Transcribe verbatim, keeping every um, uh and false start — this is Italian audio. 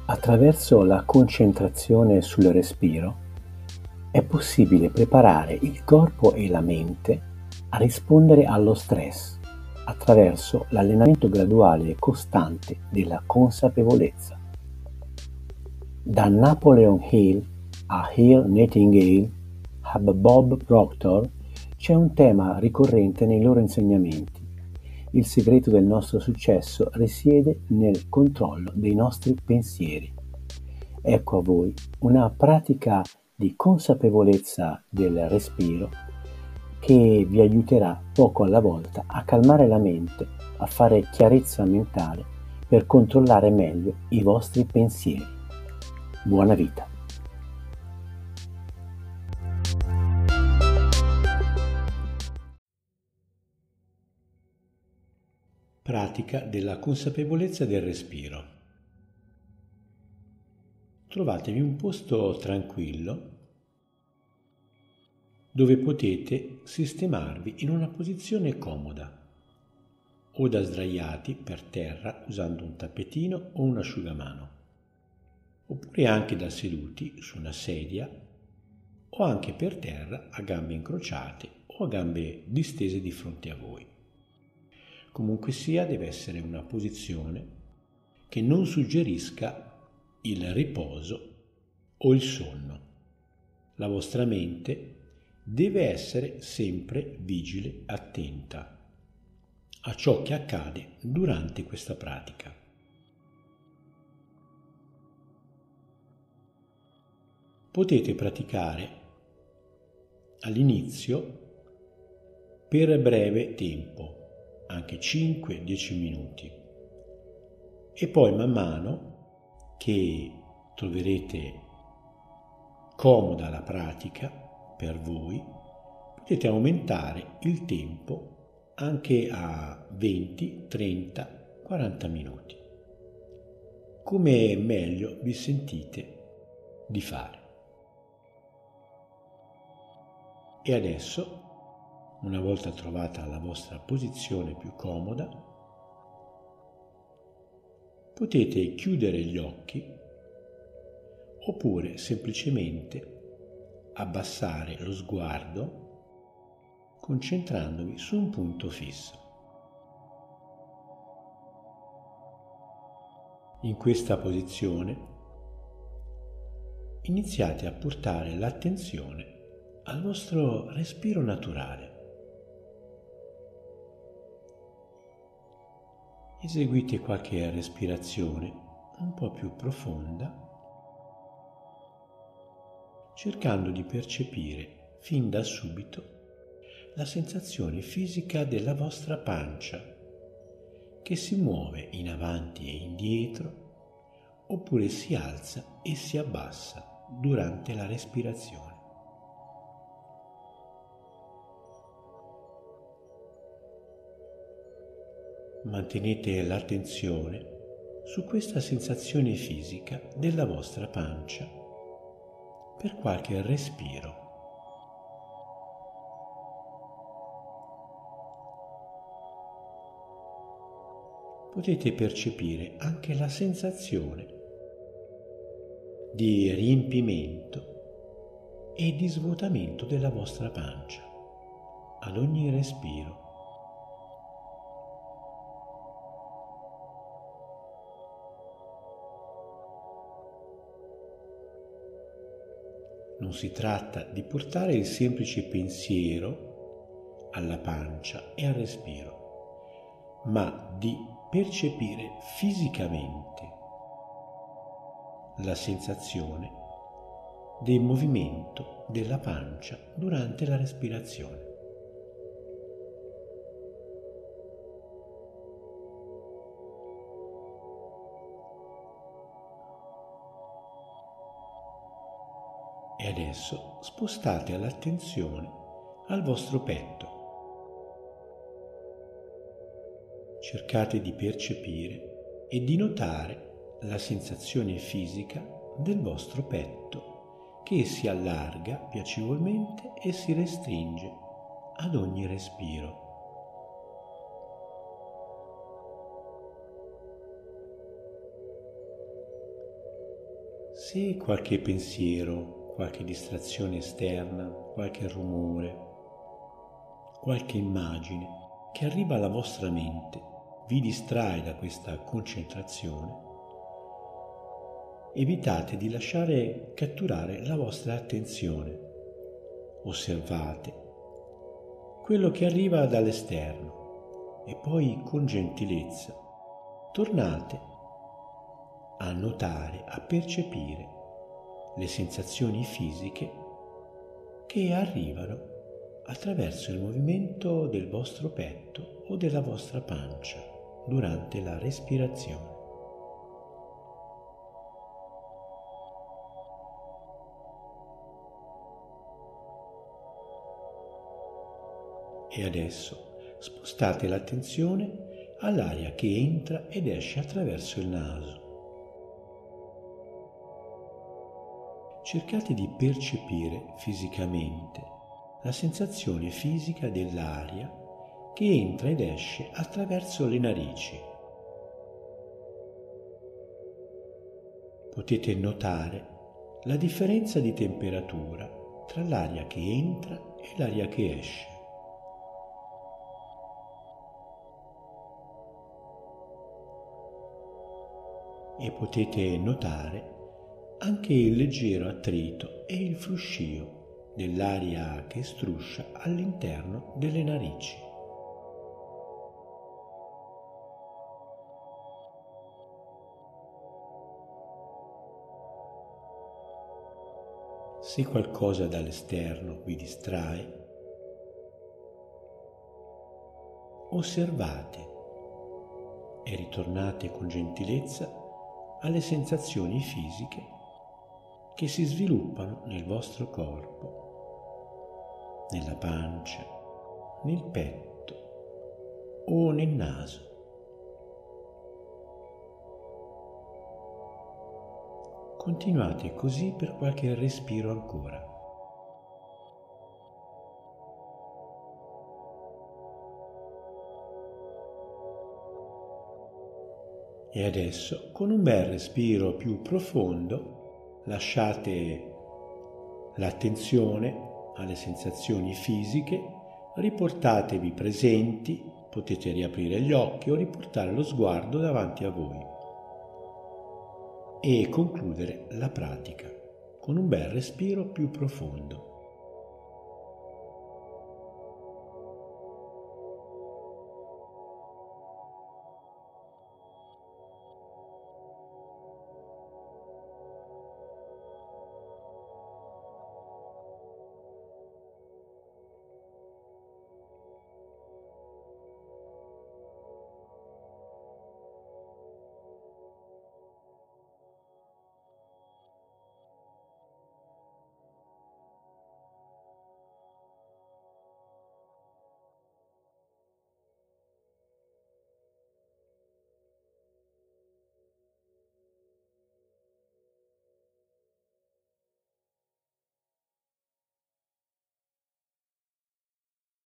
Attraverso la concentrazione sul respiro è possibile preparare il corpo e la mente a rispondere allo stress attraverso l'allenamento graduale e costante della consapevolezza. Da Napoleon Hill a Earl Nightingale a Bob Proctor c'è un tema ricorrente nei loro insegnamenti. Il segreto del nostro successo risiede nel controllo dei nostri pensieri. Ecco a voi una pratica di consapevolezza del respiro che vi aiuterà poco alla volta a calmare la mente, a fare chiarezza mentale per controllare meglio i vostri pensieri. Buona vita! Pratica della consapevolezza del respiro. Trovatevi un posto tranquillo dove potete sistemarvi in una posizione comoda o da sdraiati per terra usando un tappetino o un asciugamano, oppure anche da seduti su una sedia o anche per terra a gambe incrociate o a gambe distese di fronte a voi. Comunque sia, deve essere una posizione che non suggerisca il riposo o il sonno. La vostra mente deve essere sempre vigile, attenta a ciò che accade durante questa pratica. Potete praticare all'inizio per breve tempo, anche cinque dieci minuti, e poi man mano che troverete comoda la pratica per voi, potete aumentare il tempo anche a venti, trenta, quaranta minuti, come meglio vi sentite di fare. E adesso, una volta trovata la vostra posizione più comoda, potete chiudere gli occhi oppure semplicemente abbassare lo sguardo concentrandovi su un punto fisso. In questa posizione iniziate a portare l'attenzione al vostro respiro naturale. Eseguite qualche respirazione un po' più profonda, cercando di percepire fin da subito la sensazione fisica della vostra pancia che si muove in avanti e indietro oppure si alza e si abbassa durante la respirazione. Mantenete l'attenzione su questa sensazione fisica della vostra pancia per qualche respiro. Potete percepire anche la sensazione di riempimento e di svuotamento della vostra pancia ad ogni respiro. Non si tratta di portare il semplice pensiero alla pancia e al respiro, ma di percepire fisicamente la sensazione del movimento della pancia durante la respirazione. E adesso spostate l'attenzione al vostro petto. Cercate di percepire e di notare la sensazione fisica del vostro petto che si allarga piacevolmente e si restringe ad ogni respiro. Se qualche pensiero, qualche distrazione esterna, qualche rumore, qualche immagine che arriva alla vostra mente vi distrae da questa concentrazione, evitate di lasciare catturare la vostra attenzione. Osservate quello che arriva dall'esterno e poi con gentilezza tornate a notare, a percepire le sensazioni fisiche che arrivano attraverso il movimento del vostro petto o della vostra pancia durante la respirazione. E adesso spostate l'attenzione all'aria che entra ed esce attraverso il naso. Cercate di percepire fisicamente la sensazione fisica dell'aria che entra ed esce attraverso le narici. Potete notare la differenza di temperatura tra l'aria che entra e l'aria che esce. E potete notare anche il leggero attrito e il fruscio dell'aria che struscia all'interno delle narici. Se qualcosa dall'esterno vi distrae, osservate e ritornate con gentilezza alle sensazioni fisiche che si sviluppano nel vostro corpo, nella pancia, nel petto o nel naso. Continuate così per qualche respiro ancora. E adesso, con un bel respiro più profondo, lasciate l'attenzione alle sensazioni fisiche, riportatevi presenti, potete riaprire gli occhi o riportare lo sguardo davanti a voi e concludere la pratica con un bel respiro più profondo.